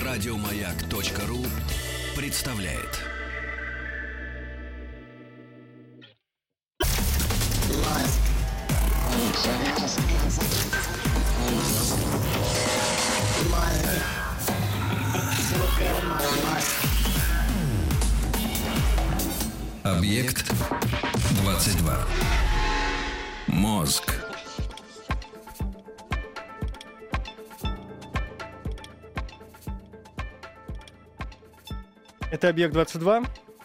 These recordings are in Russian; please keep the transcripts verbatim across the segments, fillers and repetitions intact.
Радиомаяк.ру представляет. Объект двадцать два. Мозг. Это «Объект двадцать два».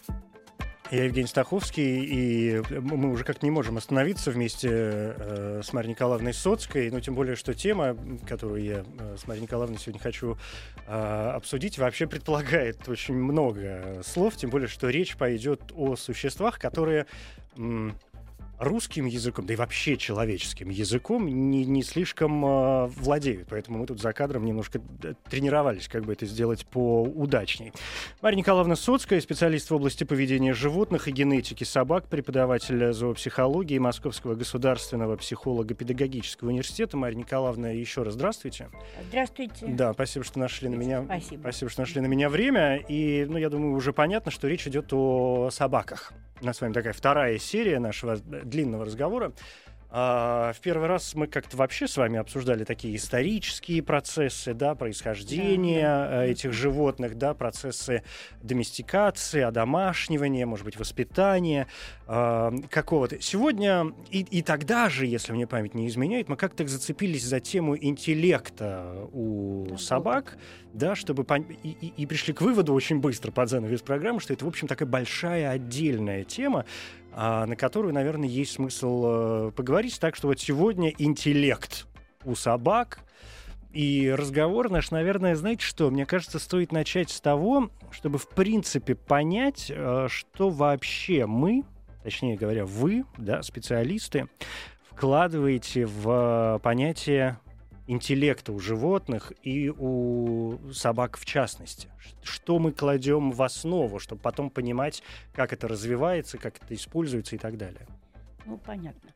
Я Евгений Стаховский, и мы уже как-то не можем остановиться вместе э, с Марьей Николаевной Соцкой, но тем более, что тема, которую я э, с Марьей Николаевной сегодня хочу э, обсудить, вообще предполагает очень много слов, тем более, что речь пойдет о существах, которые... М- русским языком, да и вообще человеческим языком не, не слишком э, владеют. Поэтому мы тут за кадром немножко тренировались, как бы это сделать поудачней. Марья Николаевна Соцкая, специалист в области поведения животных и генетики собак, преподаватель зоопсихологии Московского государственного психолого-педагогического университета. Марья Николаевна, еще раз здравствуйте. Здравствуйте. Да, спасибо, что нашли на меня. Спасибо. Спасибо, что нашли на меня время. И, ну, я думаю, уже понятно, что речь идет о собаках. У нас с вами такая вторая серия нашего длинного разговора. А, в первый раз мы как-то вообще с вами обсуждали такие исторические процессы, да, происхождения да, да. этих животных, да, процессы доместикации, одомашнивания, может быть, воспитания а, какого-то. Сегодня и, и тогда же, если мне память не изменяет, мы как-то зацепились за тему интеллекта у да, собак, да, чтобы пон... и, и, и пришли к выводу очень быстро под занавес программы, что это, в общем, такая большая отдельная тема, на которую, наверное, есть смысл э, поговорить. Так что вот сегодня интеллект у собак. И разговор наш, наверное, знаете что? Мне кажется, стоит начать с того, чтобы, в принципе, понять, э, что вообще мы, точнее говоря, вы, да, специалисты, вкладываете в понятие интеллекта у животных и у собак в частности. Что мы кладем в основу, чтобы потом понимать, как это развивается, как это используется и так далее. Ну, понятно.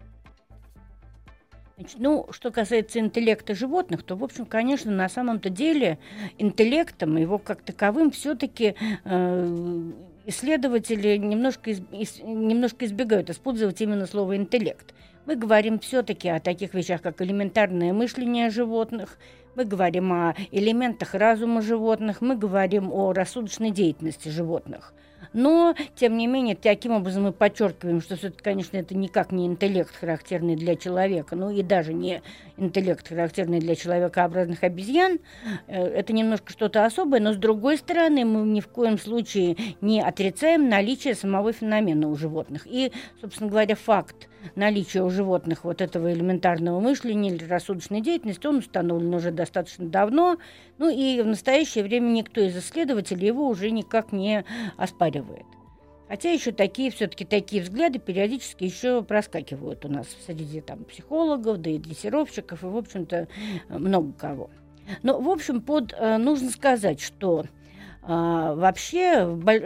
Значит, ну, что касается интеллекта животных, то, в общем, конечно, на самом-то деле интеллектом, его как таковым, все-таки э, исследователи немножко, из, из, немножко избегают использовать именно слово «интеллект». Мы говорим все-таки о таких вещах, как элементарное мышление животных, мы говорим о элементах разума животных, мы говорим о рассудочной деятельности животных. Но, тем не менее, таким образом мы подчеркиваем, что все-таки, конечно, это никак не интеллект, характерный для человека, ну и даже не интеллект, характерный для человекообразных обезьян. Это немножко что-то особое, но, с другой стороны, мы ни в коем случае не отрицаем наличие самого феномена у животных. И, собственно говоря, факт наличия у животных вот этого элементарного мышления или рассудочной деятельности, он установлен уже достаточно давно, ну и в настоящее время никто из исследователей его уже никак не оспаривает. Хотя еще такие, все-таки такие взгляды периодически еще проскакивают у нас среди там, психологов, да и дрессировщиков, и, в общем-то, много кого. Но, в общем, под, нужно сказать, что А, вообще,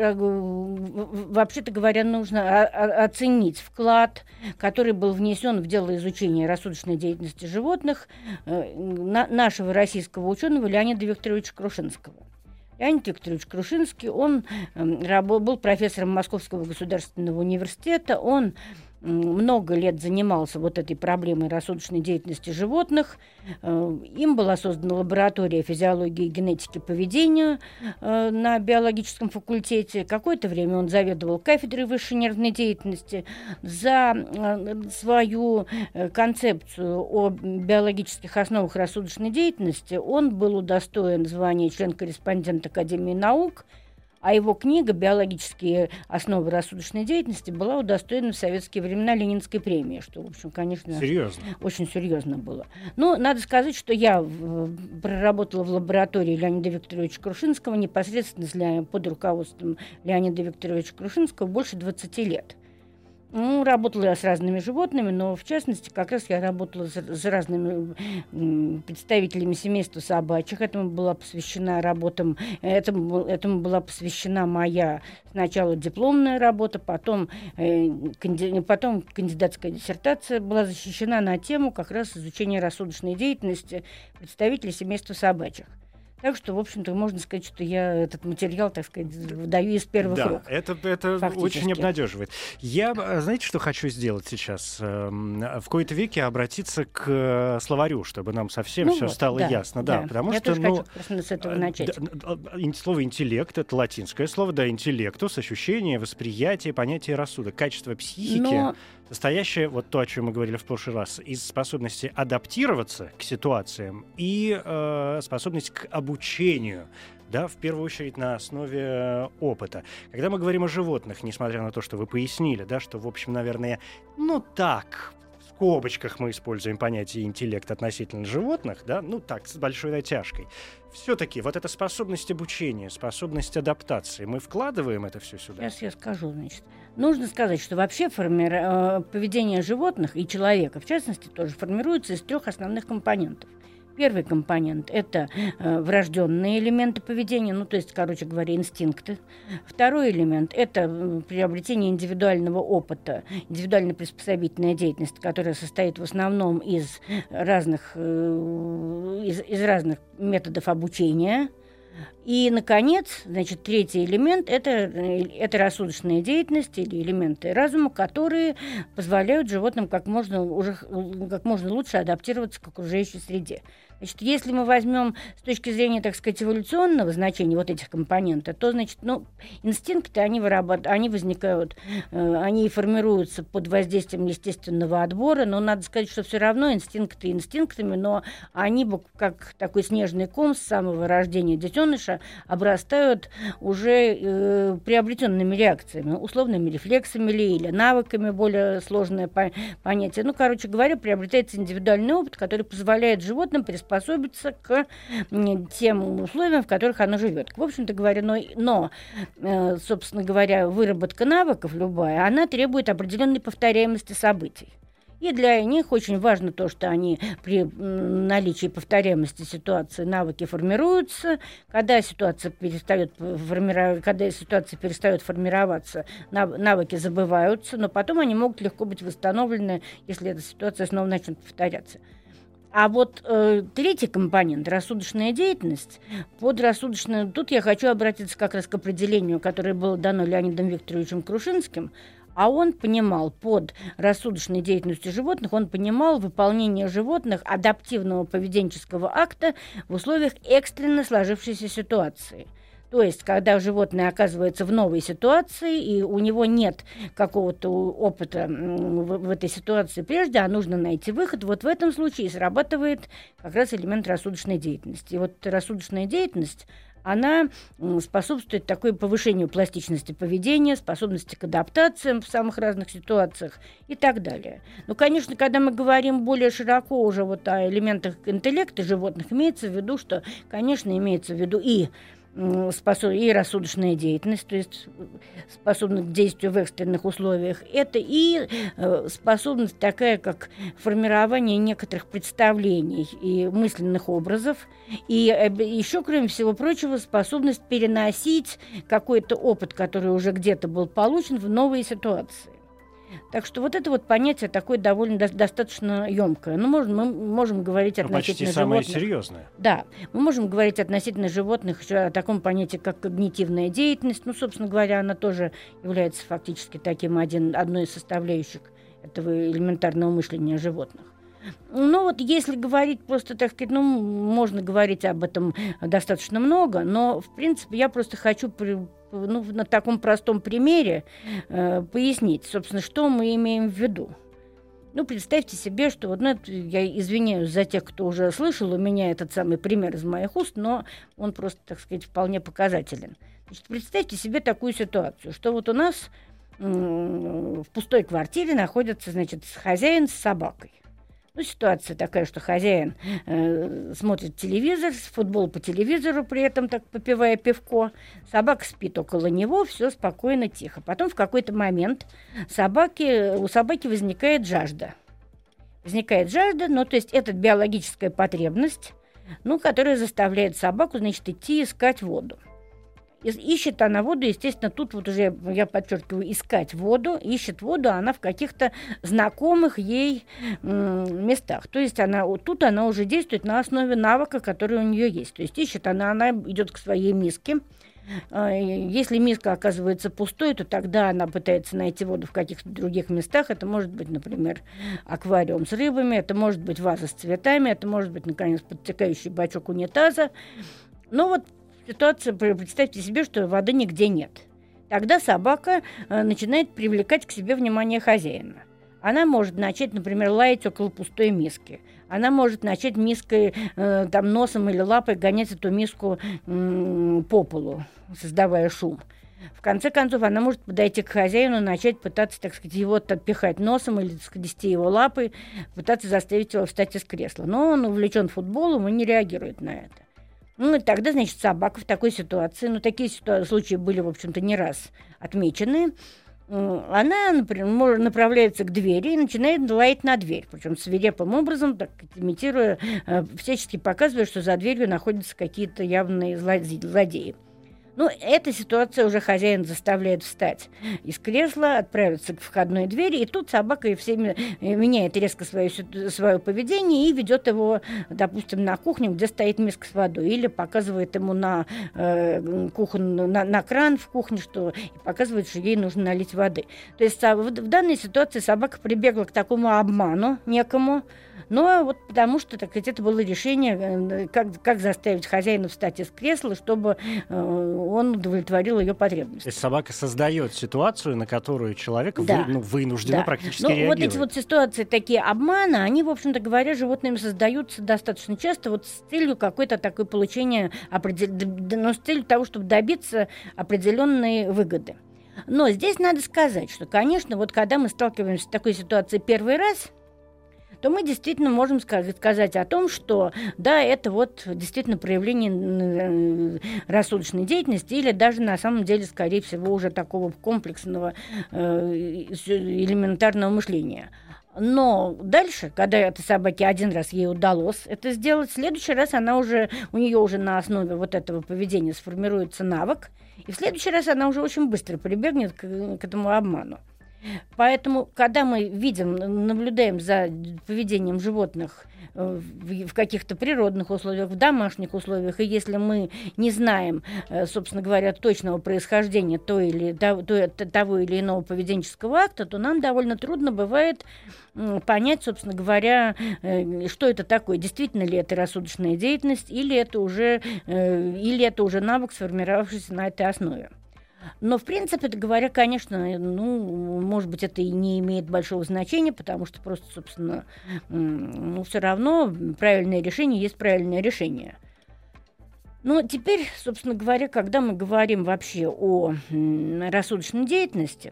вообще-то говоря, нужно оценить вклад, который был внесен в дело изучения рассудочной деятельности животных нашего российского ученого Леонида Викторовича Крушинского. Леонид Викторович Крушинский, он был профессором Московского государственного университета, он много лет занимался вот этой проблемой рассудочной деятельности животных. Им была создана лаборатория физиологии и генетики поведения на биологическом факультете. Какое-то время он заведовал кафедрой высшей нервной деятельности. За свою концепцию о биологических основах рассудочной деятельности он был удостоен звания член-корреспондент Академии наук, а его книга «Биологические основы рассудочной деятельности» была удостоена в советские времена Ленинской премии, что, в общем, конечно, серьезно. Очень серьезно было. Но надо сказать, что я в, проработала в лаборатории Леонида Викторовича Крушинского непосредственно под руководством Леонида Викторовича Крушинского больше двадцати лет. Ну, работала я с разными животными, но, в частности, как раз я работала с, с разными представителями семейства собачьих. Этому была посвящена работам, этому, этому была посвящена моя сначала дипломная работа, потом, э, канди, потом кандидатская диссертация была защищена на тему как раз изучения рассудочной деятельности представителей семейства собачьих. Так что, в общем-то, можно сказать, что я этот материал, так сказать, даю из первых да, рук. это, это очень обнадеживает. Я, знаете, что хочу сделать сейчас? В кои-то веке обратиться к словарю, чтобы нам совсем ну все вот, стало да, ясно. Да, да. Потому я что, тоже ну, хочу с этого начать. Да, слово «интеллект» — это латинское слово, да, интеллектус, ощущение, восприятие, понятие рассудок, качество психики, Но... состоящее, вот то, о чем мы говорили в прошлый раз, из способности адаптироваться к ситуациям и э, способность к обучению, да, в первую очередь на основе опыта. Когда мы говорим о животных, несмотря на то, что вы пояснили, да, что, в общем, наверное, ну так, в скобочках мы используем понятие интеллект относительно животных, да, ну так, с большой натяжкой. Все-таки вот эта способность обучения, способность адаптации, мы вкладываем это все сюда? Сейчас я скажу, значит. Нужно сказать, что вообще форми... поведение животных и человека, в частности, тоже формируется из трех основных компонентов. Первый компонент – это э, врожденные элементы поведения, ну, то есть, короче говоря, инстинкты. Второй элемент – это приобретение индивидуального опыта, индивидуально-приспособительная деятельность, которая состоит в основном из разных, э, из, из разных методов обучения. И, наконец, значит, третий элемент это, – это рассудочная деятельность или элементы разума, которые позволяют животным как можно, уже, как можно лучше адаптироваться к окружающей среде. Значит, если мы возьмем с точки зрения, так сказать, эволюционного значения вот этих компонентов, то, значит, ну, инстинкты, они, выработ... они возникают, э, они формируются под воздействием естественного отбора, но надо сказать, что все равно инстинкты инстинктами, но они, как такой снежный ком с самого рождения детеныша, обрастают уже э, приобретенными реакциями, условными рефлексами ли, или навыками, более сложное по- понятие. Ну, короче говоря, приобретается индивидуальный опыт, который позволяет животным приспособиться к тем условиям, в которых оно живет. В общем-то говоря, но, но э, собственно говоря, выработка навыков любая, она требует определенной повторяемости событий. И для них очень важно то, что они при наличии повторяемости ситуации навыки формируются. Когда ситуация перестает, формиров... Когда ситуация перестает формироваться, навыки забываются, но потом они могут легко быть восстановлены, если эта ситуация снова начнет повторяться. А вот э, третий компонент, рассудочная деятельность, под рассудочную, тут я хочу обратиться как раз к определению, которое было дано Леонидом Викторовичем Крушинским, а он понимал под рассудочной деятельностью животных, он понимал выполнение животных адаптивного поведенческого акта в условиях экстренно сложившейся ситуации. То есть, когда животное оказывается в новой ситуации, и у него нет какого-то опыта в, в этой ситуации прежде, а нужно найти выход, вот в этом случае срабатывает как раз элемент рассудочной деятельности. И вот рассудочная деятельность, она способствует такой повышению пластичности поведения, способности к адаптациям в самых разных ситуациях и так далее. Но, конечно, когда мы говорим более широко уже вот о элементах интеллекта животных, имеется в виду, что, конечно, имеется в виду и и рассудочная деятельность, то есть способность к действию в экстренных условиях, это и способность такая, как формирование некоторых представлений и мысленных образов, и еще, кроме всего прочего, способность переносить какой-то опыт, который уже где-то был получен, в новые ситуации. Так что вот это вот понятие такое довольно до- достаточно емкое. Ну, можем, мы можем говорить ну, относительно почти самое животных. серьезное. Да, мы можем говорить относительно животных еще о таком понятии, как когнитивная деятельность. Ну, собственно говоря, она тоже является фактически таким один, одной из составляющих этого элементарного мышления животных. Ну вот если говорить просто, так сказать, ну, можно говорить об этом достаточно много, но, в принципе, я просто хочу при, ну, на таком простом примере э, пояснить, собственно, что мы имеем в виду. Ну, представьте себе, что, вот, ну, это, я извиняюсь за тех, кто уже слышал у меня этот самый пример из моих уст, но он просто, так сказать, вполне показателен. Значит, представьте себе такую ситуацию, что вот у нас м- в пустой квартире находится, значит, хозяин с собакой. Ну, ситуация такая, что хозяин э, смотрит телевизор, футбол по телевизору, при этом так попивая пивко. Собака спит около него, все спокойно, тихо. Потом в какой-то момент собаки, у собаки возникает жажда. Возникает жажда, ну, то есть это биологическая потребность, ну, которая заставляет собаку, значит, идти искать воду. Ищет она воду, естественно, тут вот уже, я подчеркиваю, искать воду, ищет воду она в каких-то знакомых ей м, местах. То есть она, вот тут она уже действует на основе навыка, который у нее есть. То есть ищет она, она идет к своей миске. Если миска оказывается пустой, то тогда она пытается найти воду в каких-то других местах. Это может быть, например, аквариум с рыбами, это может быть ваза с цветами, это может быть, наконец, подтекающий бачок унитаза. Но вот ситуация, представьте себе, что воды нигде нет. Тогда собака э, начинает привлекать к себе внимание хозяина. Она может начать, например, лаять около пустой миски. Она может начать миской, э, там, носом или лапой гонять эту миску э, по полу, создавая шум. В конце концов, она может подойти к хозяину, начать пытаться, так сказать, его отпихать носом или, так сказать, дести его лапой, пытаться заставить его встать из кресла. Но он увлечен футболом и не реагирует на это. Ну, и тогда, значит, собака в такой ситуации, ну, такие ситуации, случаи были, в общем-то, не раз отмечены, она, например, направляется к двери и начинает лаять на дверь, причем свирепым образом, так, имитируя, всячески показывая, что за дверью находятся какие-то явные злодеи. Ну, эта ситуация уже хозяин заставляет встать из кресла, отправиться к входной двери, и тут собака и всеми меняет резко свое, свое поведение и ведет его, допустим, на кухню, где стоит миска с водой, или показывает ему на, э, кухонную, на, на кран в кухне, что, и показывает, что ей нужно налить воды. То есть в, в данной ситуации собака прибегла к такому обману некому, но вот потому что, так сказать, это было решение, как, как заставить хозяина встать из кресла, чтобы э, он удовлетворил ее потребности. То есть собака создает ситуацию, на которую человек да. вы, ну, вынужден да. практически ну, реагировать. Вот эти вот ситуации, такие обмана, они, в общем-то говоря, животными создаются достаточно часто вот с целью какой-то такой получения, определ... но с целью того, чтобы добиться определенной выгоды. Но здесь надо сказать, что, конечно, вот когда мы сталкиваемся с такой ситуацией первый раз, то мы действительно можем сказать, сказать о том, что да, это вот действительно проявление рассудочной деятельности или даже на самом деле, скорее всего, уже такого комплексного э, элементарного мышления. Но дальше, когда этой собаке один раз ей удалось это сделать, в следующий раз она уже, у нее уже на основе вот этого поведения сформируется навык, и в следующий раз она уже очень быстро прибегнет к, к этому обману. Поэтому, когда мы видим, наблюдаем за поведением животных в, в каких-то природных условиях, в домашних условиях, и если мы не знаем, собственно говоря, точного происхождения той или, того или иного поведенческого акта, то нам довольно трудно бывает понять, собственно говоря, что это такое, действительно ли это рассудочная деятельность, или это уже, или это уже навык, сформировавшийся на этой основе. Но, в принципе, говоря, конечно, ну, может быть, это и не имеет большого значения, потому что просто, собственно, ну, все равно правильное решение есть правильное решение. Но теперь, собственно говоря, когда мы говорим вообще о рассудочной деятельности,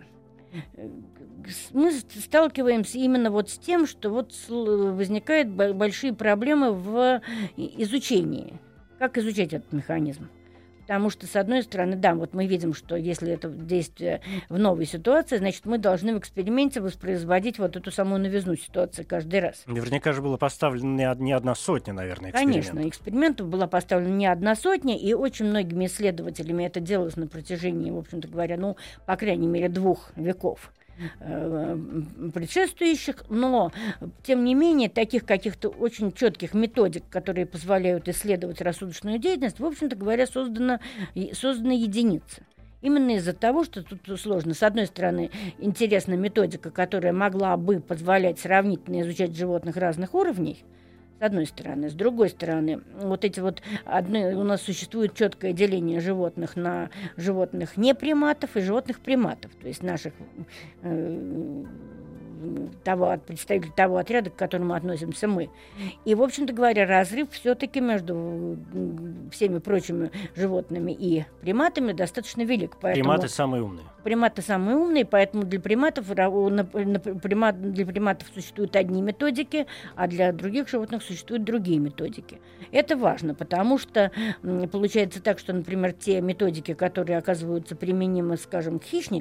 мы сталкиваемся именно вот с тем, что вот возникают большие проблемы в изучении. Как изучать этот механизм? Потому что, с одной стороны, да, вот мы видим, что если это действие в новой ситуации, значит, мы должны в эксперименте воспроизводить вот эту самую новизну ситуации каждый раз. Наверняка же было поставлено не одна сотня, наверное, экспериментов. Конечно, экспериментов была поставлена не одна сотня, и очень многими исследователями это делалось на протяжении, в общем-то говоря, ну, по крайней мере, двух веков предшествующих, но, тем не менее, таких каких-то очень четких методик, которые позволяют исследовать рассудочную деятельность, в общем-то говоря, создана, создана единица. Именно из-за того, что тут сложно. С одной стороны, интересна методика, которая могла бы позволять сравнительно изучать животных разных уровней, с одной стороны. С другой стороны, вот эти вот одни, у нас существует четкое деление животных на животных неприматов и животных приматов, то есть наших э, того, представителей того отряда, к которому относимся мы. И, в общем-то говоря, разрыв все-таки между всеми прочими животными и приматами достаточно велик. Поэтому приматы самые умные. Приматы самые умные, поэтому для приматов, для приматов существуют одни методики, а для других животных существуют другие методики. Это важно, потому что получается так, что, например, те методики, которые оказываются применимы, скажем, к хищникам,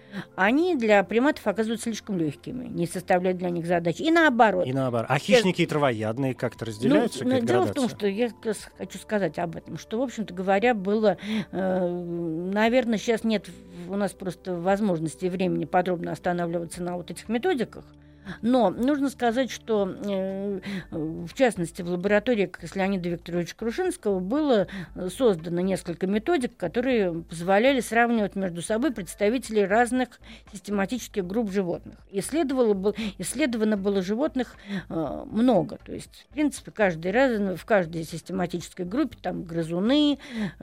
они для приматов оказываются слишком легкими, не составляют для них задачи. И наоборот. И наоборот. А хищники и травоядные как-то разделяются? Ну, как дело градация? в том, что я как раз хочу сказать об этом, что, в общем-то говоря, было, э, наверное, сейчас нет у нас просто возможности и времени подробно останавливаться на вот этих методиках. Но нужно сказать, что, э, в частности, в лаборатории как раз Леонида Викторовича Крушинского было создано несколько методик, которые позволяли сравнивать между собой представителей разных систематических групп животных. Исследовало, исследовано было животных э, много. То есть, в принципе, каждый раз, в каждой систематической группе там грызуны,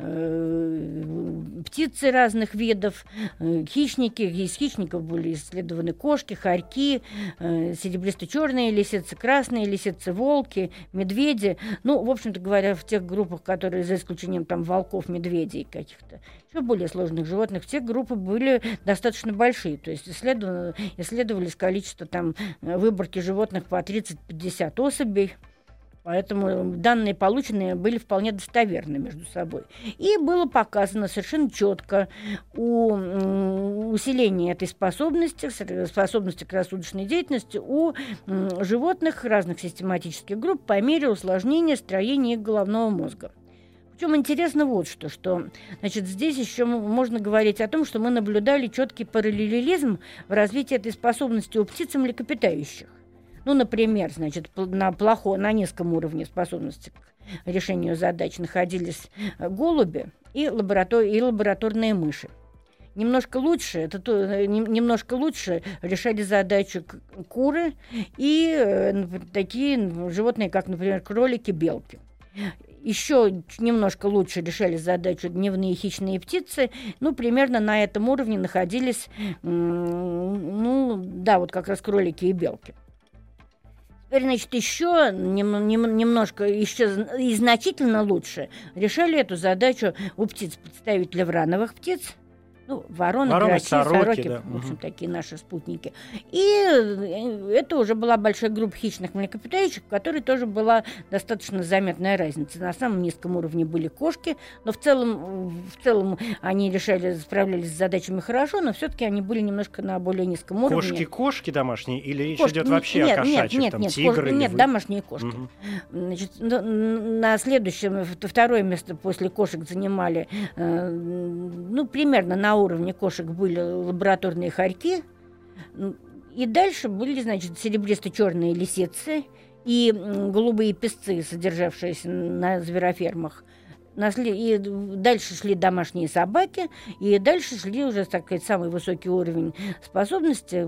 э, птицы разных видов, э, хищники. Из хищников были исследованы кошки, хорьки, э, серебристо-черные лисицы, красные лисицы, волки, медведи. Ну, в общем-то говоря, в тех группах, которые, за исключением там волков, медведей, каких-то еще более сложных животных, все группы были достаточно большие. То есть исследовано, исследовались количество там выборки животных по тридцать-пятьдесят особей. Поэтому данные, полученные, были вполне достоверны между собой. И было показано совершенно четко у, усиление этой способности, способности к рассудочной деятельности у животных разных систематических групп по мере усложнения строения их головного мозга. Причем интересно вот что, что значит, здесь еще можно говорить о том, что мы наблюдали четкий параллелизм в развитии этой способности у птиц и млекопитающих. Ну, например, значит, на, плохо, на низком уровне способности к решению задач находились голуби и, лаборатор, и лабораторные мыши. Немножко лучше, это то, немножко лучше решали задачу куры и э, такие животные, как, например, кролики, белки. Еще немножко лучше решали задачу дневные хищные птицы. Ну, примерно на этом уровне находились, ну, да, вот как раз кролики и белки. Теперь, значит, еще нем, нем, немножко, еще и значительно лучше решали эту задачу у птиц представителей врановых птиц. Ну, вороны, Вороны, грачи, сороки, сороки, да. в общем, Угу. такие наши спутники. И это уже была большая группа хищных млекопитающих, в которой тоже была достаточно заметная разница. На самом низком уровне были кошки, но в целом, в целом они решали, справлялись с задачами хорошо, но все-таки они были немножко на более низком уровне. Кошки-кошки домашние или речь Кошки, идет вообще нет, о кошачьих, нет, там, нет, тигры? Кошки, нет, львы? домашние кошки. Угу. Значит, на следующем, второе место после кошек занимали, э, ну, примерно на уровне кошек были лабораторные хорьки, и дальше были, значит, серебристо-черные лисицы и голубые песцы, содержавшиеся на зверофермах. И дальше шли домашние собаки, и дальше шли уже, так сказать, самый высокий уровень способности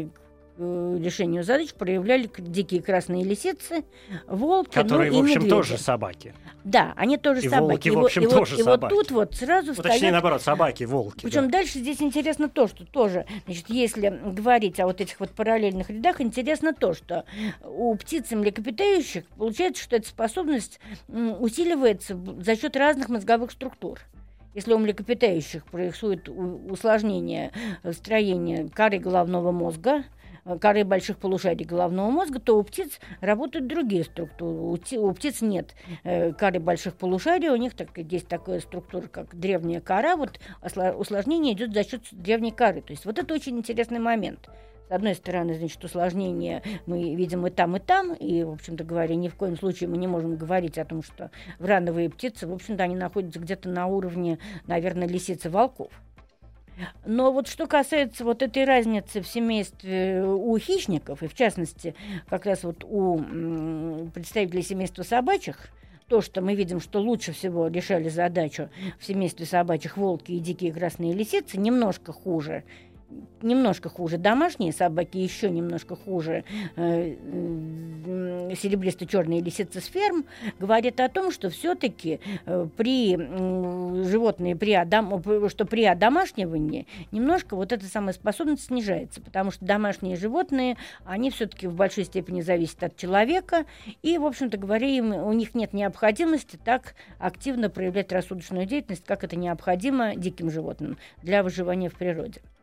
решению задач проявляли дикие красные лисицы, волки, которые, ну, и в общем, медведи. тоже собаки. Да, они тоже и собаки. Волки, в общем, и тоже вот, собаки. И вот тут вот сразу ну, встает... Точнее, наоборот, собаки, волки. Причем да. дальше здесь интересно то, что тоже, значит, если говорить о вот этих вот параллельных рядах, интересно то, что у птиц и млекопитающих получается, что эта способность усиливается за счет разных мозговых структур. Если у млекопитающих происходит усложнение строения коры головного мозга, коры больших полушарий головного мозга, то у птиц работают другие структуры. У, ти, у птиц нет э, коры больших полушарий, у них так, есть такая структура, как древняя кора. Вот усложнение идет за счет древней коры. То есть вот это очень интересный момент. С одной стороны, значит, усложнение мы видим и там, и там, и, в общем-то говоря, ни в коем случае мы не можем говорить о том, что врановые птицы, в общем-то, они находятся где-то на уровне, наверное, лисиц и волков. Но вот что касается вот этой разницы в семействе у хищников, и в частности, как раз вот у представителей семейства собачьих, то, что мы видим, что лучше всего решали задачу в семействе собачьих волки и дикие красные лисицы, немножко хуже. Немножко хуже домашние собаки, еще немножко хуже э, э, серебристо-черные лисицы с ферм, говорит о том, что все-таки э, при э, животные, при одам, что при одомашнивании немножко вот эта самая способность снижается, потому что домашние животные, они все-таки в большой степени зависят от человека, и, в общем-то говоря, им, у них нет необходимости так активно проявлять рассудочную деятельность, как это необходимо диким животным для выживания в природе.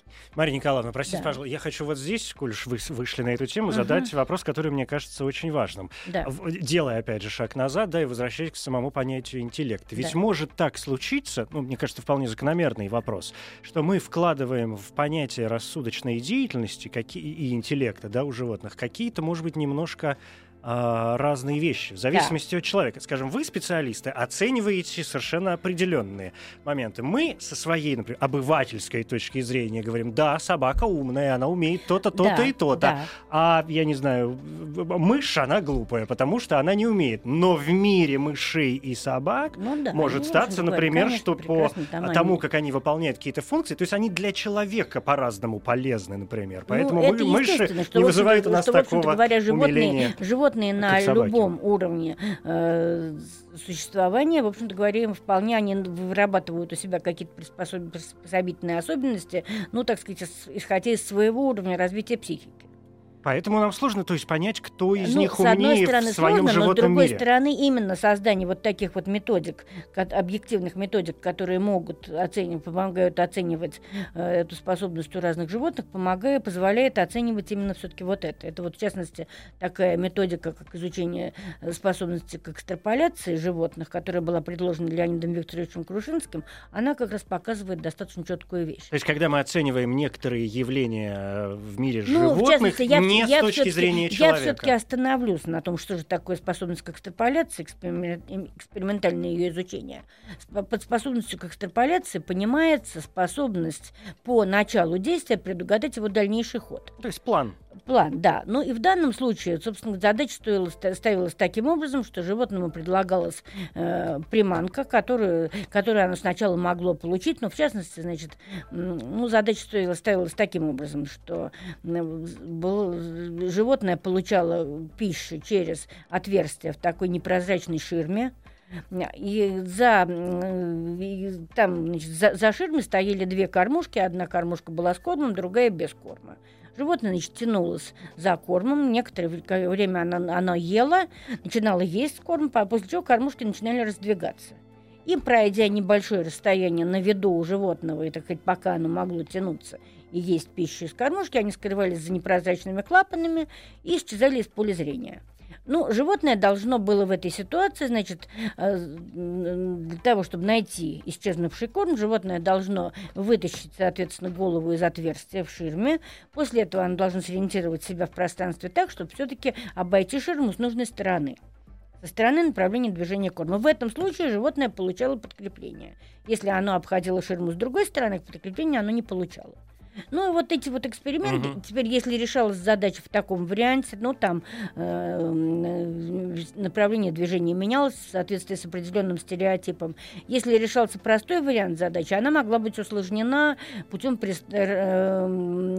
Мария Николаевна, простите, Да. пожалуйста, я хочу вот здесь, коль уж вы вышли на эту тему, Мгм. задать вопрос, который мне кажется очень важным. Да. В- Делая, опять же, шаг назад, да, и возвращаясь к самому понятию интеллекта. Ведь Да. может так случиться, ну, мне кажется, вполне закономерный вопрос, что мы вкладываем в понятие рассудочной деятельности какие, и интеллекта, да, у животных какие-то, может быть, немножко а, разные вещи, в зависимости от человека. Скажем, вы, специалисты, оцениваете совершенно определенные моменты. Мы со своей, например, обывательской точки зрения говорим, да, собака умная, она умеет то-то, то-то Да, и то-то. да. А, я не знаю, в- в- мышь, она глупая, потому что она не умеет. Но в мире мышей и собак Ну да, может ну, статься, в общем, например, конечно, что по прекрасно, там тому, они- как они выполняют какие-то функции, то есть они для человека по-разному полезны, например. Ну, Поэтому это мы- мыши естественно, что, не в общем-то, вызывают у нас что, в общем-то такого говоря, животные, умиления, животные на как собаки. любом уровне э, существования, в общем-то говоря, вполне они вырабатывают у себя какие-то приспособ- приспособительные особенности, ну, так сказать, ис- исходя из своего уровня развития психики. Поэтому нам сложно, то есть, понять, кто из Ну, них с одной умнее стороны в своем сложно, но с животном другой мире. стороны именно создание вот таких вот методик, ко- объективных методик, которые могут оценивать, помогают оценивать э, эту способность у разных животных, помогает, позволяет оценивать именно все-таки вот это. Это вот в частности такая методика, как изучение э, способности к экстраполяции животных, которая была предложена Леонидом Викторовичем Крушинским, она как раз показывает достаточно четкую вещь. То есть, когда мы оцениваем некоторые явления э, в мире Ну, в животных, частности, я, не я с точки всё-таки- зрения я человека. все-таки остановлюсь на том, что же такое способность к экстраполяции, эксперимен- эм, экспериментальное ее изучение. Сп- Под способностью к экстраполяции понимается способность по началу действия предугадать его дальнейший ход. То есть план. План, да. Ну и в данном случае, собственно, задача стоила- ста- ставилась таким образом, что животному предлагалась э, приманка, которую, которую оно сначала могло получить, но в частности, значит, м, ну, задача стоила, ставилась таким образом, что м, был- животное получало пищу через отверстие в такой непрозрачной ширме. И за, м, и там, значит, за, за ширмой стояли две кормушки. Одна кормушка была с кормом, другая без корма. Животное, значит, тянулось за кормом. Некоторое вре- время оно, оно ело, начинало есть корм, а после чего кормушки начинали раздвигаться. И, пройдя небольшое расстояние на виду у животного, и, так сказать, пока оно могло тянуться и есть пищу из кормушки, они скрывались за непрозрачными клапанами и исчезали из поля зрения. Ну, животное должно было в этой ситуации, значит, э, для того, чтобы найти исчезнувший корм, животное должно вытащить, соответственно, голову из отверстия в ширме. После этого оно должно сориентировать себя в пространстве так, чтобы все-таки обойти ширму с нужной стороны, со стороны направления движения корма. В этом случае животное получало подкрепление. Если оно обходило ширму с другой стороны, подкрепления оно не получало. Ну и вот эти вот эксперименты, Мгм. теперь если решалась задача в таком варианте, ну там э, направление движения менялось в соответствии с определенным стереотипом. Если решался простой вариант задачи, она могла быть усложнена путем прис- э,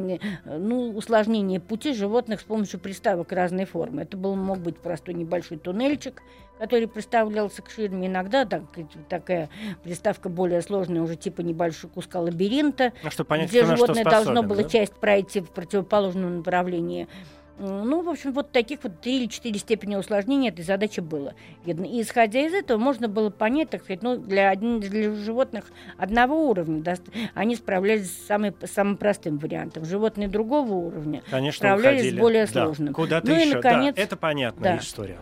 ну, усложнения пути животных с помощью приставок разной формы. Это был, мог быть простой небольшой туннельчик, который приставлялся к ширме. Иногда так, такая приставка более сложная, уже типа небольшого куска лабиринта, Ну, чтобы понять, где кто на что животное способен, должно было да? часть пройти в противоположном направлении. М, Ну, в общем, вот таких вот три или четыре степени усложнения этой задачи было. Видно. И исходя из этого можно было понять, так сказать, ну, для, один- для животных одного уровня даст- они справлялись с самой- с самым простым вариантом. Животные другого уровня Конечно, справлялись уходили. с более Да, сложным. куда-то Ну и, еще. наконец, Да, это понятная да. история.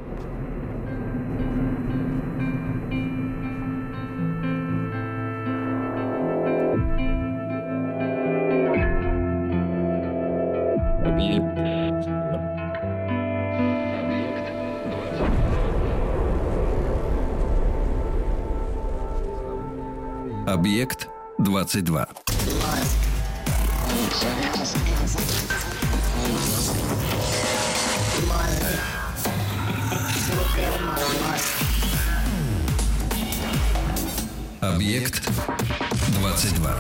Объект двадцать два. Объект двадцать два.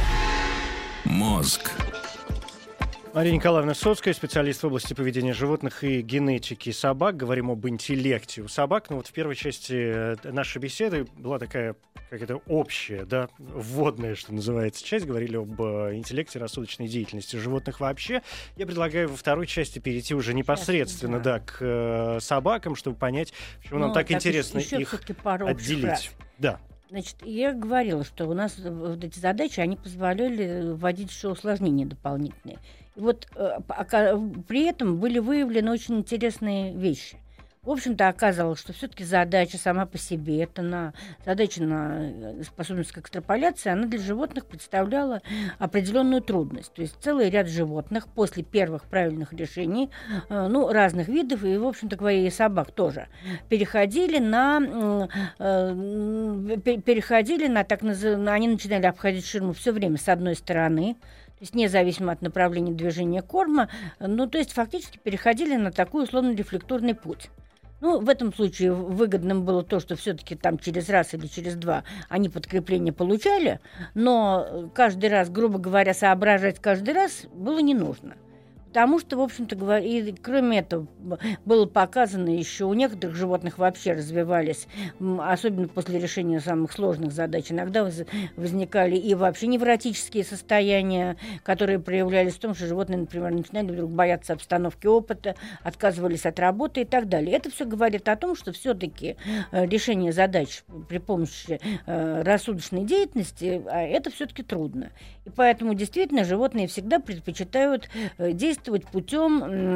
Мозг. Мария Николаевна Соцкая, специалист в области поведения животных и генетики собак. Говорим об интеллекте у собак. Но вот в первой части э, нашей беседы была такая какая-то общая, да, вводная, что называется, часть. Говорили об э, интеллекте, рассудочной деятельности животных вообще. Я предлагаю во второй части перейти уже непосредственно, да. да, к э, собакам, чтобы понять, почему нам Ну, так, так интересно еще их всё-таки пару общих отделить. фраз. Да. Значит, я говорила, что у нас вот эти задачи, они позволяли вводить еще усложнения дополнительные. И вот э, при этом были выявлены очень интересные вещи. В общем-то, оказалось, что все-таки задача сама по себе, это на, задача на способность к экстраполяции, она для животных представляла определенную трудность. То есть целый ряд животных после первых правильных решений, э, ну, разных видов, и, в общем-то говоря, и собак тоже, переходили на, э, переходили на так называемые, они начинали обходить ширму все время с одной стороны, то есть независимо от направления движения корма, ну, то есть фактически переходили на такой условно-рефлекторный путь. Ну, в этом случае выгодным было то, что все-таки там через раз или через два они подкрепление получали, но каждый раз, грубо говоря, соображать каждый раз было не нужно. Потому что, в общем-то говоря, и кроме этого, было показано еще, у некоторых животных вообще развивались, особенно после решения самых сложных задач, иногда возникали и вообще невротические состояния, которые проявлялись в том, что животные, например, начинали вдруг бояться обстановки опыта, отказывались от работы и так далее. Это все говорит о том, что все-таки решение задач при помощи рассудочной деятельности, это все-таки трудно. И поэтому действительно животные всегда предпочитают действовать путем,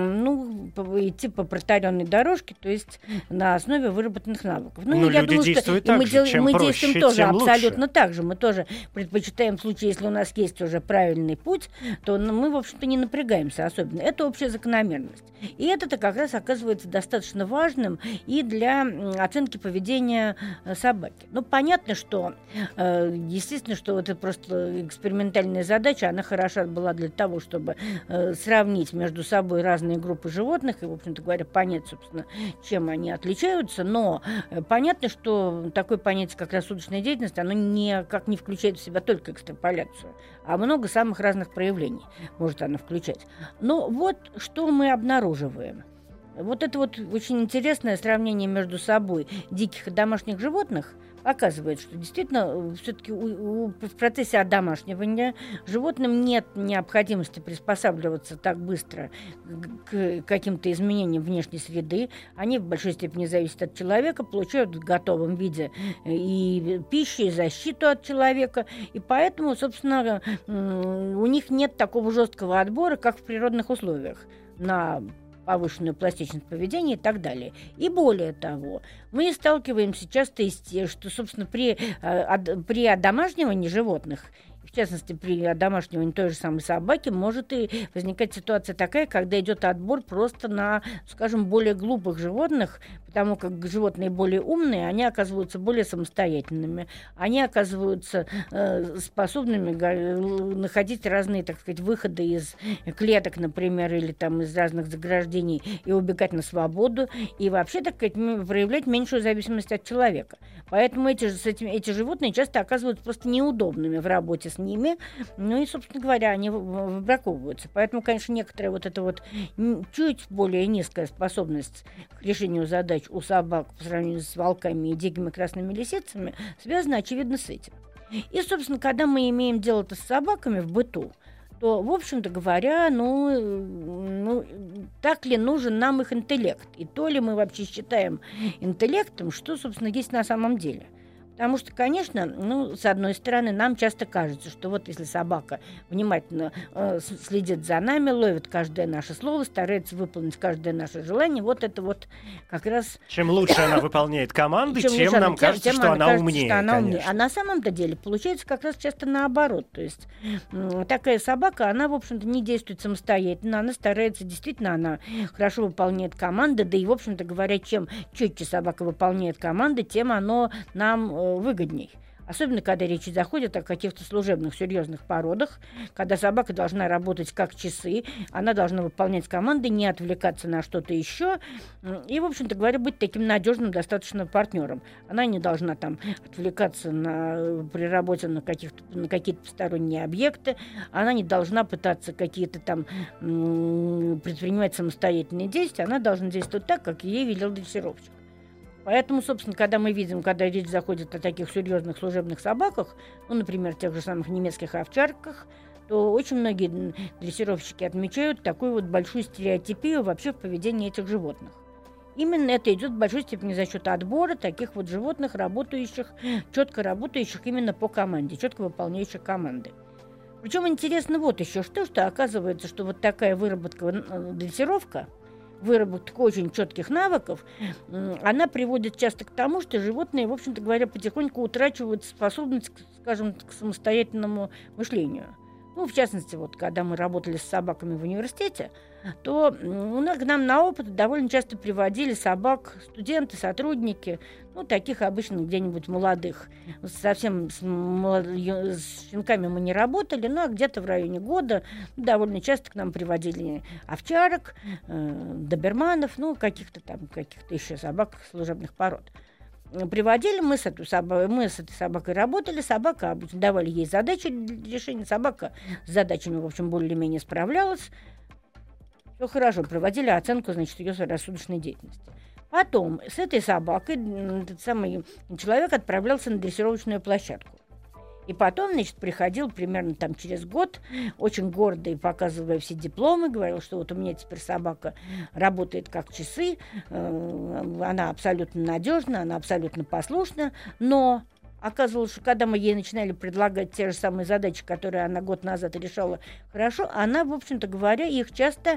ну, идти по протаренной дорожке, то есть на основе выработанных навыков. Ну, Но я люди думаю, действуют что так мы, же, дел... чем мы проще, действуем тоже тем абсолютно лучше. так же. Мы тоже предпочитаем в случае, если у нас есть уже правильный путь, то ну, мы, в общем-то, не напрягаемся особенно. Это общая закономерность. И это-то как раз оказывается достаточно важным и для оценки поведения собаки. Ну, понятно, что, естественно, что это просто экспериментальная задача, она хороша была для того, чтобы сравнить между собой разные группы животных и, в общем-то говоря, понять, собственно, чем они отличаются. Но понятно, что такое понятие, как рассудочная деятельность, оно никак не включает в себя только экстраполяцию, а много самых разных проявлений может она включать. Но вот что мы обнаруживаем. Вот это вот очень интересное сравнение между собой диких и домашних животных показывает, что действительно все-таки у, у, в процессе одомашнивания животным нет необходимости приспосабливаться так быстро к, к каким-то изменениям внешней среды. Они в большой степени зависят от человека, получают в готовом виде и пищу, и защиту от человека. И поэтому, собственно, у них нет такого жесткого отбора, как в природных условиях на повышенную пластичность поведения и так далее. И более того, мы сталкиваемся часто и с тем, что, собственно, при, при одомашнивании животных, в частности, при одомашнивании той же самой собаки, может и возникать ситуация такая, когда идет отбор просто на, скажем, более глупых животных, потому как животные более умные, они оказываются более самостоятельными, они оказываются э, способными га- находить разные, так сказать, выходы из клеток, например, или там из разных заграждений и убегать на свободу, и вообще, так сказать, проявлять меньшую зависимость от человека. Поэтому эти, с этими, эти животные часто оказываются просто неудобными в работе с ними, ну и, собственно говоря, они выбраковываются. Поэтому, конечно, некоторая вот эта вот чуть более низкая способность к решению задач у собак по сравнению с волками и дикими красными лисицами связана, очевидно, с этим. И, собственно, когда мы имеем дело-то с собаками в быту, то, в общем-то говоря, ну, ну, так ли нужен нам их интеллект? И то ли мы вообще считаем интеллектом, что, собственно, есть на самом деле? Потому что, конечно, ну, с одной стороны, нам часто кажется, что вот если собака внимательно э, следит за нами, ловит каждое наше слово, старается выполнить каждое наше желание, вот это вот как раз... Чем лучше она выполняет команды, чем, тем нам кажется, тем что она кажется, умнее, что она умнее. конечно. А на самом-то деле получается как раз часто наоборот. То есть м- такая собака, она, в общем-то, не действует самостоятельно, она старается, действительно, она хорошо выполняет команды, да и, в общем-то говоря, чем четче собака выполняет команды, тем оно нам выгодней. Особенно, когда речь заходит о каких-то служебных, серьезных породах, когда собака должна работать как часы, она должна выполнять команды, не отвлекаться на что-то еще, и, в общем-то говоря, быть таким надежным достаточно партнером. Она не должна там отвлекаться на, при работе на, каких-то, на какие-то посторонние объекты, она не должна пытаться какие-то там м- предпринимать самостоятельные действия, она должна действовать так, как ей велел дрессировщик. Поэтому, собственно, когда мы видим, когда речь заходит о таких серьезных служебных собаках, ну, например, тех же самых немецких овчарках, то очень многие дрессировщики отмечают такую вот большую стереотипию вообще в поведении этих животных. Именно это идет в большой степени за счет отбора таких вот животных, работающих, четко работающих именно по команде, четко выполняющих команды. Причем интересно вот еще что, что оказывается, что вот такая выработка, дрессировка, выработка очень четких навыков, она приводит часто к тому, что животные, в общем-то говоря, потихоньку утрачивают способность, скажем, к самостоятельному мышлению. Ну, в частности, вот, когда мы работали с собаками в университете, то у нас, к нам на опыт довольно часто приводили собак студенты, сотрудники, ну, таких обычно где-нибудь молодых. Совсем с, молод... с щенками мы не работали, но где-то в районе года довольно часто к нам приводили овчарок, э, доберманов, ну, каких-то там, каких-то еще собак служебных пород. Приводили, мы с, эту собак, мы с этой собакой работали, собака обычно давали ей задачи для решения, собака с задачами, в общем, более-менее справлялась. Все хорошо, проводили оценку, значит, ее рассудочной деятельности. Потом с этой собакой этот самый человек отправлялся на дрессировочную площадку. И потом, значит, приходил примерно там через год, очень гордый, показывая все дипломы, говорил, что вот у меня теперь собака работает как часы, э, она абсолютно надежна, она абсолютно послушна, но оказывалось, что когда мы ей начинали предлагать те же самые задачи, которые она год назад решала хорошо, она, в общем-то говоря, их часто...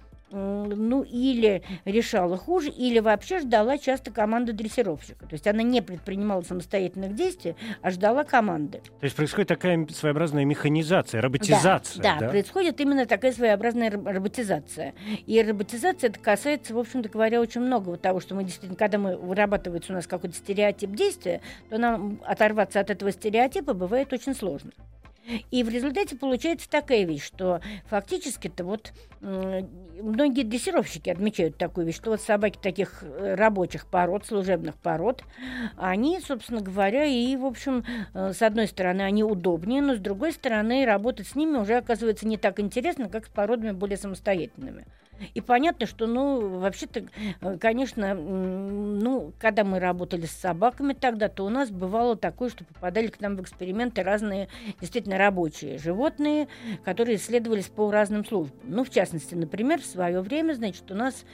ну, или решала хуже, или вообще ждала часто команды дрессировщика. То есть она не предпринимала самостоятельных действий, а ждала команды. То есть происходит такая своеобразная механизация, роботизация. Да, да, да, происходит именно такая своеобразная роботизация. И роботизация это касается, в общем-то говоря, очень многого того, что мы действительно, когда мы вырабатывается у нас какой-то стереотип действия, то нам оторваться от этого стереотипа бывает очень сложно. И в результате получается такая вещь, что фактически-то вот э, многие дрессировщики отмечают такую вещь, что вот собаки таких рабочих пород, служебных пород, они, собственно говоря, и, в общем, э, с одной стороны, они удобнее, но с другой стороны, работать с ними уже оказывается не так интересно, как с породами более самостоятельными. И понятно, что, ну, вообще-то, конечно, ну, когда мы работали с собаками тогда, то у нас бывало такое, что попадали к нам в эксперименты разные действительно рабочие животные, которые исследовались по разным службам. Ну, в частности, например, в свое время, значит, у нас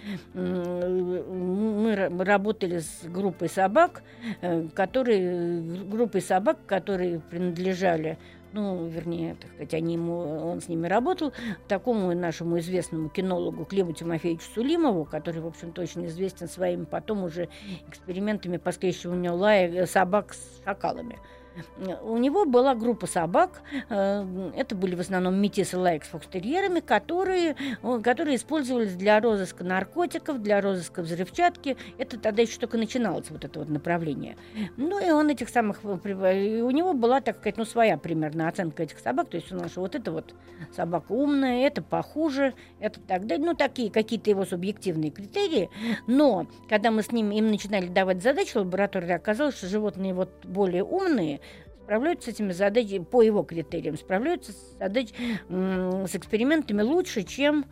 мы работали с группой собак, которые, группой собак, которые принадлежали, ну, вернее, так сказать, они ему, он с ними работал, такому нашему известному кинологу Климу Тимофеевичу Сулимову, который, в общем-то, очень известен своими потом уже экспериментами по скрещиванию лая собак с шакалами. У него была группа собак, это были в основном метисы лайк с фокстерьерами, которые, которые использовались для розыска наркотиков, для розыска взрывчатки. Это тогда еще только начиналось, вот это вот направление. Ну, и он этих самых... И у него была, так сказать, ну, своя примерно оценка этих собак. То есть у нас вот это вот собака умная, это похуже, это так далее. Ну, такие какие-то его субъективные критерии. Но когда мы с ним им начинали давать задачи в лаборатории, оказалось, что животные вот более умные, справляются с этими задачами, по его критериям, справляются с, задач, с экспериментами лучше, чем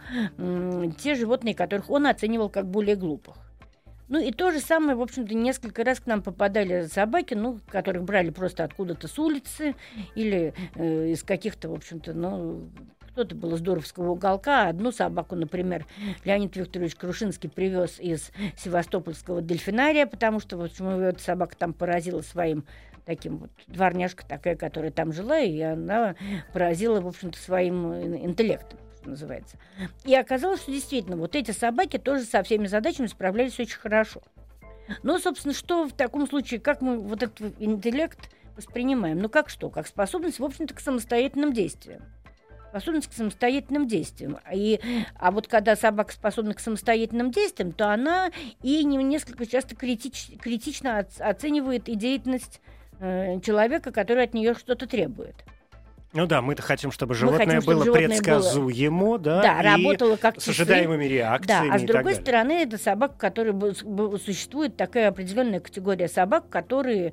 те животные, которых он оценивал как более глупых. Ну и то же самое, в общем-то, несколько раз к нам попадали собаки, ну, которых брали просто откуда-то с улицы или э, из каких-то, в общем-то, ну... Кто-то был из Дуровского уголка. Одну собаку, например, Леонид Викторович Крушинский привез из Севастопольского дельфинария, потому что, в общем, эта собака там поразила своим таким вот, дворняжка такая, которая там жила, и она поразила, в общем-то, своим интеллектом, что называется. И оказалось, что действительно вот эти собаки тоже со всеми задачами справлялись очень хорошо. Но, собственно, что в таком случае, как мы вот этот интеллект воспринимаем? Ну, как что? Как способность, в общем-то, к самостоятельным действиям. Способность к самостоятельным действиям. И, а вот когда собака способна к самостоятельным действиям, то она и несколько часто критич, критично оценивает и деятельность э, человека, который от нее что-то требует. Ну да, мы-то хотим, чтобы животное хотим, чтобы было животное предсказуемо, было... да, да, и работало как с ожидаемыми реакциями. Да, а с и другой так стороны, это собака, которая существует такая определенная категория собак, которые,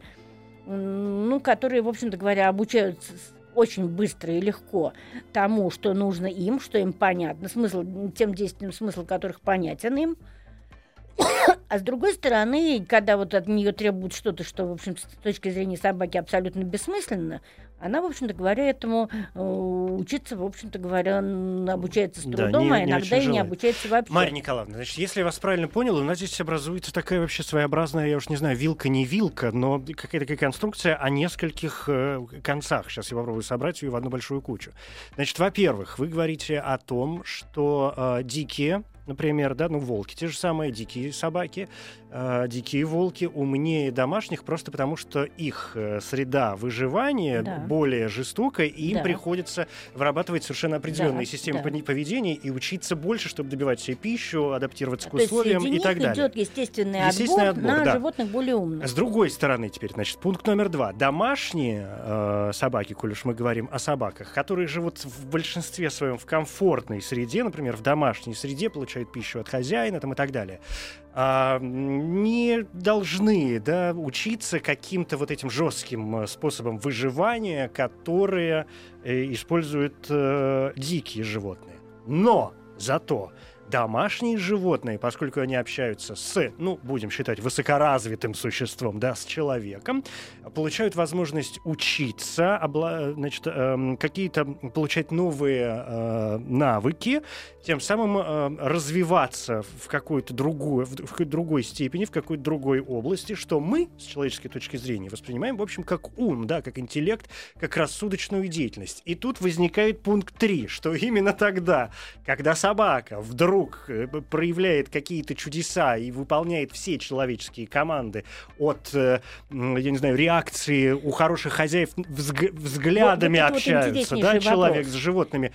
ну, которые, в общем-то говоря, обучаются очень быстро и легко тому, что нужно им, что им понятно, смысл, тем действиям, смысл которых понятен им. а с другой стороны, когда вот от нее требуют что-то, что, в общем, с точки зрения собаки абсолютно бессмысленно, она, в общем-то говоря, этому э, учиться, в общем-то говоря, обучается с трудом, да, не, а иногда и не обучается вообще. Марья Николаевна, значит, если я вас правильно понял, у нас здесь образуется такая вообще своеобразная, я уж не знаю, вилка не вилка, но какая-то такая конструкция о нескольких э, концах. Сейчас я попробую собрать ее в одну большую кучу. Значит, во-первых, вы говорите о том, что э, дикие, например, да, ну, волки, те же самые дикие собаки, э, дикие волки умнее домашних просто потому, что их э, среда выживания, да, более жестокая, и им, да, приходится вырабатывать совершенно определенные, да, системы, да, поведения и учиться больше, чтобы добивать себе пищу, адаптироваться, а к условиям и так далее. Идет естественный, естественный отбор, отбор на, да, животных более умных. С другой стороны теперь, значит, пункт номер два. Домашние э, собаки, коль уж мы говорим о собаках, которые живут в большинстве своем в комфортной среде, например, в домашней среде, получают пищу от хозяина там, и так далее, а, не должны, да, учиться каким-то вот этим жестким способом выживания, которые э, используют э, дикие животные. Но зато домашние животные, поскольку они общаются с, ну, будем считать, высокоразвитым существом, да, с человеком, получают возможность учиться, обла- значит, э, какие-то получать новые э, навыки, тем самым э, развиваться в какой-то другой, в, в другой степени, в какой-то другой области, что мы, с человеческой точки зрения, воспринимаем, в общем, как ум, да, как интеллект, как рассудочную деятельность. И тут возникает пункт три, что именно тогда, когда собака вдруг проявляет какие-то чудеса и выполняет все человеческие команды от, я не знаю, реакции у хороших хозяев, взг- взглядами вот, вот общаются, да, человек вопрос. С животными,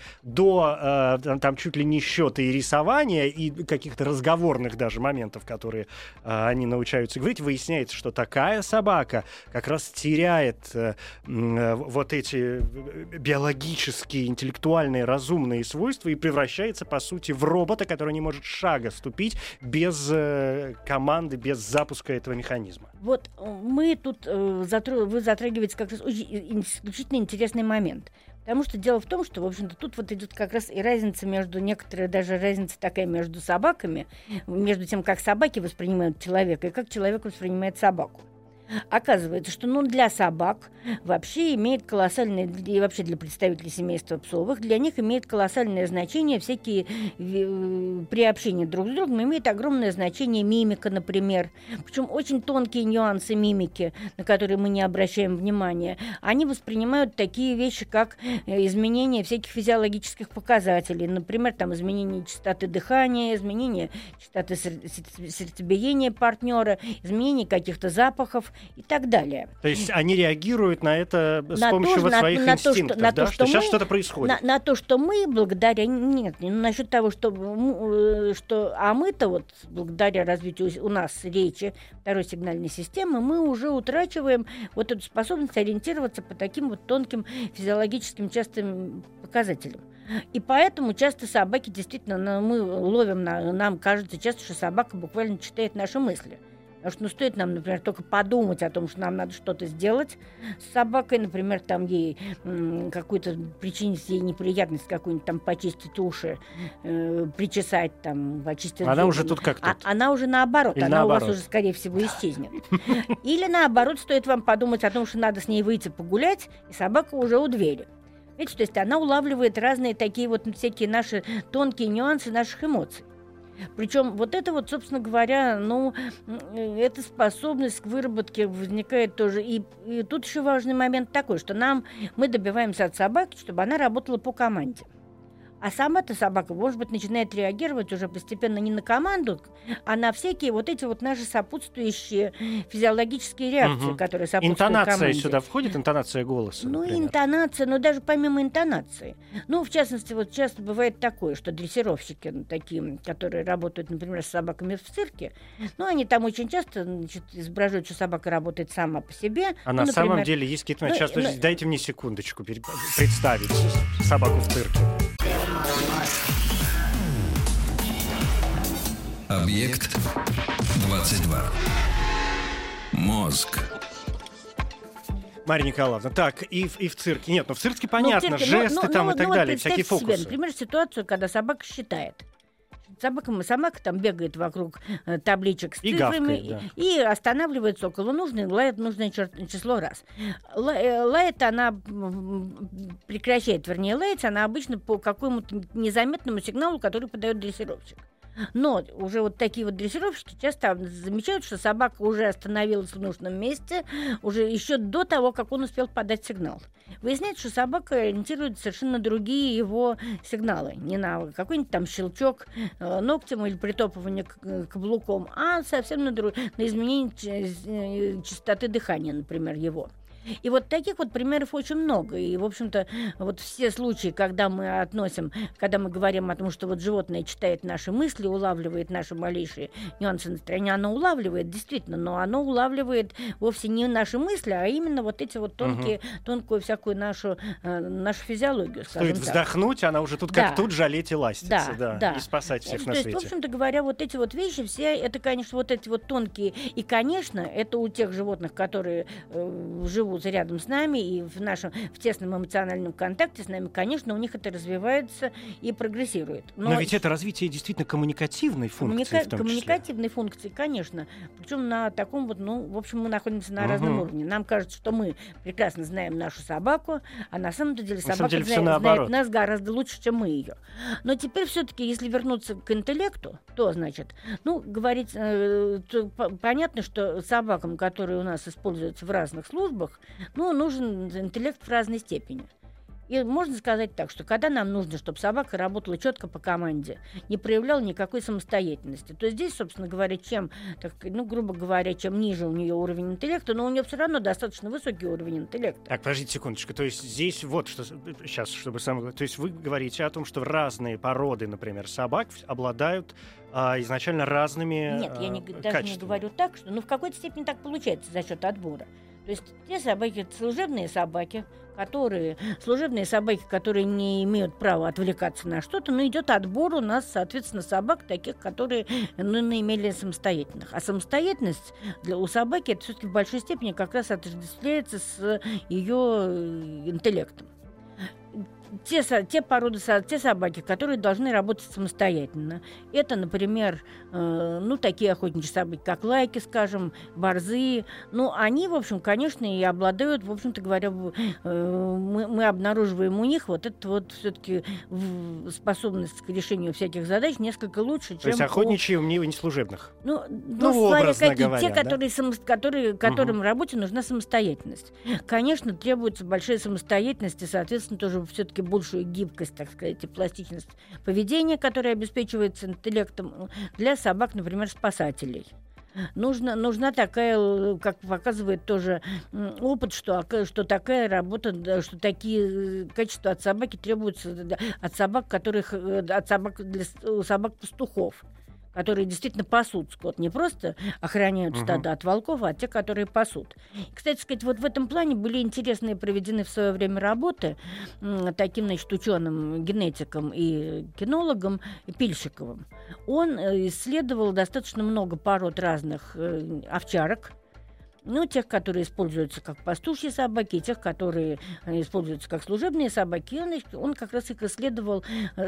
до э, там чуть ли не счета и рисования, и каких-то разговорных даже моментов, которые э, они научаются говорить, выясняется, что такая собака как раз теряет э, э, вот эти биологические, интеллектуальные, разумные свойства и превращается, по сути, в робота, который не может шага ступить без э, команды, без запуска этого механизма. Вот мы тут, э, затр... вы затрагиваете как раз очень исключительно интересный момент. Потому что дело в том, что, в общем-то, тут вот идет как раз и разница между, некоторая даже разница такая между собаками, между тем, как собаки воспринимают человека и как человек воспринимает собаку. Оказывается, что, ну, для собак вообще имеет колоссальное, и вообще для представителей семейства псовых, для них имеет колоссальное значение всякие э, при общении друг с другом, имеет огромное значение мимика, например. Причем очень тонкие нюансы мимики, на которые мы не обращаем внимания. Они воспринимают такие вещи, как изменение всяких физиологических показателей. Например, там, изменение частоты дыхания, изменение частоты сердцебиения партнера, изменение каких-то запахов и так далее. То есть они реагируют на это с на помощью то, вот на, своих на инстинктов, то, что, да? то, что, что мы, сейчас что-то происходит. На, на то, что мы благодаря... Нет, не насчет того, что, что... А мы-то вот благодаря развитию у нас речи второй сигнальной системы мы уже утрачиваем вот эту способность ориентироваться по таким вот тонким физиологическим частым показателям. И поэтому часто собаки действительно... Мы ловим, на, нам кажется часто, что собака буквально читает наши мысли. Потому что, ну, стоит нам, например, только подумать о том, что нам надо что-то сделать с собакой, например, там ей м, какую-то причинить ей неприятность, какую-нибудь там почистить уши, э, причесать там, почистить. Она зубы. Уже тут как тут? А, она уже наоборот, Или она наоборот. У вас уже, скорее всего, исчезнет. Или наоборот, стоит вам подумать о том, что надо с ней выйти погулять, и собака уже у двери. Видите, то есть она улавливает разные такие вот всякие наши тонкие нюансы наших эмоций. Причем вот это вот, собственно говоря, ну, эта способность к выработке возникает тоже. И, и тут еще важный момент такой, что нам, мы добиваемся от собаки, чтобы она работала по команде. А сама-то собака, может быть, начинает реагировать уже постепенно не на команду, а на всякие вот эти вот наши сопутствующие физиологические реакции, угу. которые сопутствуют интонация команде. Сюда входит, интонация голоса? Ну, например. интонация, но даже помимо интонации. Ну, в частности, вот часто бывает такое, что дрессировщики, ну, такие, которые работают, например, с собаками в цирке, ну, они там очень часто, значит, изображают, что собака работает сама по себе. А ну, на например, самом деле есть какие-то... Ну, сейчас, ну, дайте мне секундочку представить собаку в цирке. Объект двадцать два. Мозг. Марья Николаевна, так, и в, и в цирке. Нет, ну в цирке понятно, ну, в цирке, жесты ну, там ну, и так ну, далее, вот всякие фокусы. Себе, например, ситуацию, когда собака считает. собака, собака там бегает вокруг э, табличек с и цифрами гавкает, да. и, и останавливается около нужной, лает нужное чер- число раз. Ла- э, лает она, прекращает, вернее, лаять она обычно по какому-то незаметному сигналу, который подает дрессировщик. Но уже вот такие вот дрессировщики часто замечают, что собака уже остановилась в нужном месте, уже еще до того, как он успел подать сигнал. Выясняется, что собака ориентирует совершенно другие его сигналы. Не на какой-нибудь там щелчок э, ногтем или притопывание к- каблуком, а совсем на, дру- на изменение ч- частоты дыхания, например, его. И вот таких вот примеров очень много. И, в общем-то, вот все случаи, когда мы относим, когда мы говорим о том, что вот животное читает наши мысли, улавливает наши малейшие нюансы настроения, оно улавливает, действительно, но оно улавливает вовсе не наши мысли, а именно вот эти вот тонкие, угу. тонкую всякую нашу, э, нашу физиологию, скажем Стоит так. вздохнуть, она уже тут да. как тут жалеть и ластиться, да, да, да. и спасать всех это, на то свете. есть, в общем-то говоря, вот эти вот вещи, все, это, конечно, вот эти вот тонкие, и, конечно, это у тех животных, которые э, живут рядом с нами и в нашем в тесном эмоциональном контакте с нами, конечно, у них это развивается и прогрессирует. Но, Но ведь это развитие действительно коммуникативной функции, коммуника- в том коммуникативной числе. функции, конечно. Причем на таком вот, ну, в общем, мы находимся на Угу. разном уровне. Нам кажется, что мы прекрасно знаем нашу собаку, а на самом деле На собака самом деле, знает, всё знает нас гораздо лучше, чем мы ее. Но теперь все-таки, если вернуться к интеллекту, то, значит, ну, говорить, э, то, по- понятно, что собакам, которые у нас используются в разных службах, ну, нужен интеллект в разной степени. И можно сказать так, что когда нам нужно, чтобы собака работала четко по команде, не проявляла никакой самостоятельности, то здесь, собственно говоря, чем, так, ну, грубо говоря, чем ниже у нее уровень интеллекта, но у нее все равно достаточно высокий уровень интеллекта. Так, подождите секундочку. То есть здесь вот что... Сейчас, чтобы самое... То есть вы говорите о том, что разные породы, например, собак обладают а, изначально разными Нет, а, я не, даже качествами. не говорю так, что... Ну, в какой-то степени так получается за счет отбора. То есть те собаки, служебные собаки, которые, служебные собаки, которые не имеют права отвлекаться на что-то, но идет отбор у нас, соответственно, собак таких, которые ну, наимели самостоятельных. А самостоятельность для, у собаки это все-таки в большой степени как раз отождествляется с ее интеллектом. Те, те породы, те собаки, которые должны работать самостоятельно. Это, например, э, ну, такие охотничьи собаки, как лайки, скажем, борзые. Ну, они, в общем, конечно, и обладают, в общем-то говоря, э, мы, мы обнаруживаем у них вот эту вот все-таки способность к решению всяких задач несколько лучше, чем... То есть охотничьи у не служебных? Ну, ну ну образно какие? говоря, Те, да? которые, само, которые, которым Угу. работе нужна самостоятельность. Конечно, требуется большая самостоятельность и, соответственно, тоже все-таки большую гибкость, так сказать, и пластичность поведения, которая обеспечивается интеллектом для собак, например, спасателей. Нужна, нужна такая, как показывает тоже опыт, что, что такая работа, что такие качества от собаки требуются от собак, которых, от собак, для собак-пастухов, которые действительно пасут скот, не просто охраняют Угу. стадо от волков, а те, которые пасут. И, кстати сказать, вот в этом плане были интересные проведены в свое время работы м, таким, значит, ученым, генетиком и кинологом Пильщиковым. Он э, исследовал достаточно много пород разных э, овчарок, ну, тех, которые используются как пастушьи собаки, и тех, которые используются как служебные собаки. Он, он как раз их исследовал,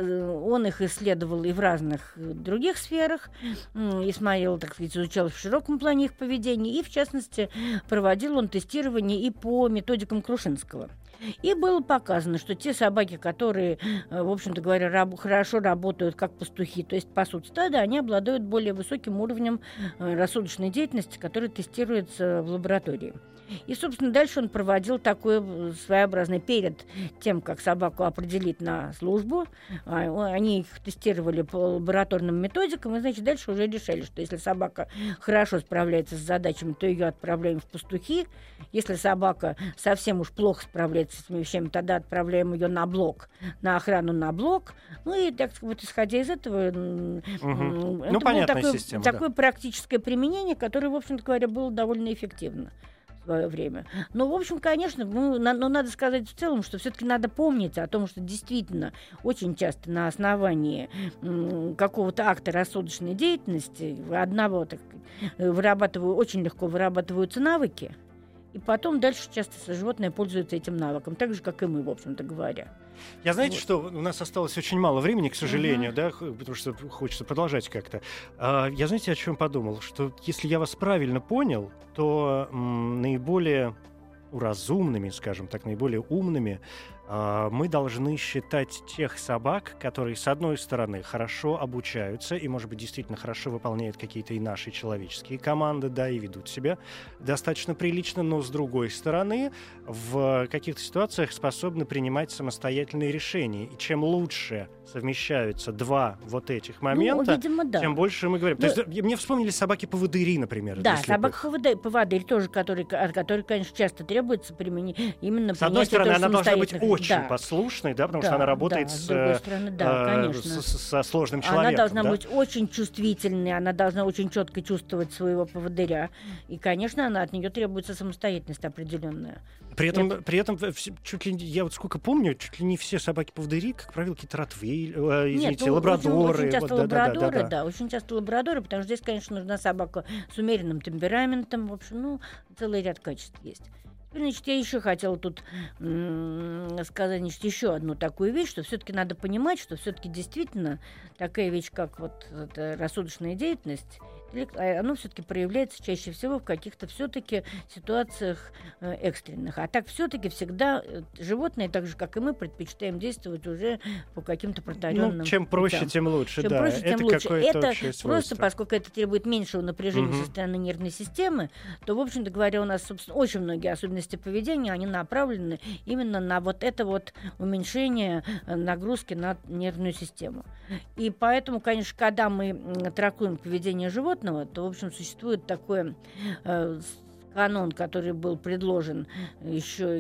он их исследовал и в разных других сферах, и смотрел, так сказать, изучал в широком плане их поведение, и, в частности, проводил он тестирование и по методикам Крушинского. И было показано, что те собаки, которые, в общем-то говоря, раб- хорошо работают как пастухи, то есть пасут стадо, они обладают более высоким уровнем рассудочной деятельности, который тестируется в лаборатории. И, собственно, дальше он проводил такой своеобразный перед тем, как собаку определить на службу. Они их тестировали по лабораторным методикам, и, значит, дальше уже решали, что если собака хорошо справляется с задачами, то ее отправляем в пастухи. Если собака совсем уж плохо справляется с этими вещами, тогда отправляем ее на блок, на охрану на блок. Ну и, так вот, исходя из этого, Угу. это Ну, понятная было такое, система, такое да. практическое применение, которое, в общем-то говоря, было довольно эффективно в свое время. Но, в общем, конечно, ну, на, ну, надо сказать в целом, что все-таки надо помнить о том, что действительно очень часто на основании м, какого-то акта рассудочной деятельности одного, так сказать, вырабатываю, очень легко вырабатываются навыки, и потом дальше часто животное пользуется этим навыком, так же, как и мы, в общем-то говоря. Я знаете, Вот. что у нас осталось очень мало времени, к сожалению, uh-huh. да, потому что хочется продолжать как-то. А, я, знаете, о чем подумал? Что если я вас правильно понял, то м, наиболее разумными, скажем так, наиболее умными а, мы должны считать тех собак, которые, с одной стороны, хорошо обучаются и, может быть, действительно хорошо выполняют какие-то и наши человеческие команды, да, и ведут себя достаточно прилично, но, с другой стороны, в каких-то ситуациях способны принимать самостоятельные решения. И чем лучше совмещаются два вот этих момента, ну, видимо, да. тем больше мы говорим. Но... То есть мне вспомнились собаки-поводыри, например. Да, собака-поводырь тоже, который, который, конечно, часто требуется применить именно с одной стороны, она должна быть очень да. послушной, да, потому да, что она работает да, с, с другой стороны, да, э, конечно. с, со сложным человеком. Она должна да? быть очень чувствительной, она должна очень четко чувствовать своего поводыря. И, конечно, она, от нее требуется самостоятельность определенная. При этом, Это... при этом чуть ли, я вот сколько помню, чуть ли не все собаки-поводыри, как правило, какие-то ротвейлеры, э, извините, Нет, лабрадоры. Очень, очень часто вот, лабрадоры, да, да, да, да. да, очень часто лабрадоры, потому что здесь, конечно, нужна собака с умеренным темпераментом, в общем, ну, целый ряд качеств есть. Значит, я еще хотела тут м- сказать значит, еще одну такую вещь, что все-таки надо понимать, что все-таки действительно такая вещь, как вот эта рассудочная деятельность, оно все-таки проявляется чаще всего в каких-то все-таки ситуациях э, экстренных. А так все-таки всегда э, животные, так же как и мы, предпочитаем действовать уже по каким-то протаренным Ну, чем проще, путям. тем лучше. Чем да. проще, это тем лучше. Это просто, свойство. поскольку это требует меньшего напряжения угу. со стороны нервной системы, то, в общем-то говоря, у нас, собственно, очень многие особенности поведения, они направлены именно на вот это вот уменьшение нагрузки на нервную систему. И поэтому, конечно, когда мы трактуем поведение животного, то, в общем, существует такой э, канон, который был предложен еще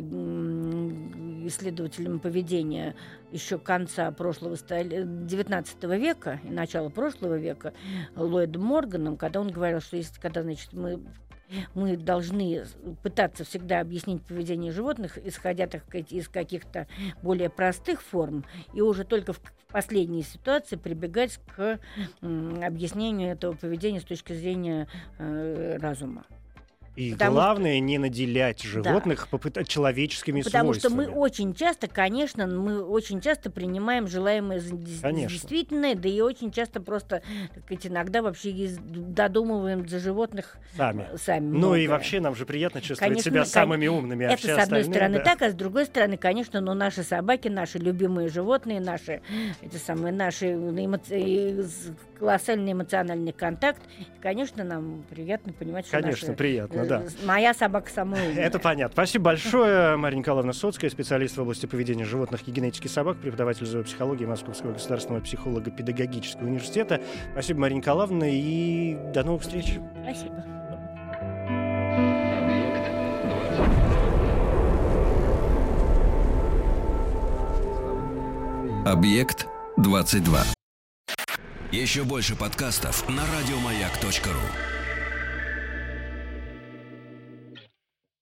исследователям поведения еще конца прошлого девятнадцатого века и начала прошлого века Ллойдом Морганом, когда он говорил, что если, когда, значит, мы мы должны пытаться всегда объяснить поведение животных, исходя так сказать, из каких-то более простых форм, и уже только в последней ситуации прибегать к м, объяснению этого поведения с точки зрения э, разума. И Потому главное, что... не наделять животных да. попыт... человеческими Потому свойствами. Потому что мы очень часто, конечно, мы очень часто принимаем желаемое за действительное, да и очень часто просто, так сказать, иногда вообще из... додумываем за животных сами. сами ну многое. И вообще нам же приятно чувствовать конечно, себя самыми умными. А это с одной стороны да. так, а с другой стороны, конечно, но наши собаки, наши любимые животные, наши, эти самые, наши эмоци... колоссальный эмоциональный контакт, конечно, нам приятно понимать, что конечно, наши... приятно. Да. Моя собака самая умная. Это понятно. Спасибо большое. Мария Николаевна Соцкая, специалист в области поведения животных и генетики собак, преподаватель зоопсихологии Московского государственного психолого-педагогического университета. Спасибо, Мария Николаевна, и до новых встреч. Спасибо. Объект двадцать два. Еще больше подкастов на радиомаяк точка ру.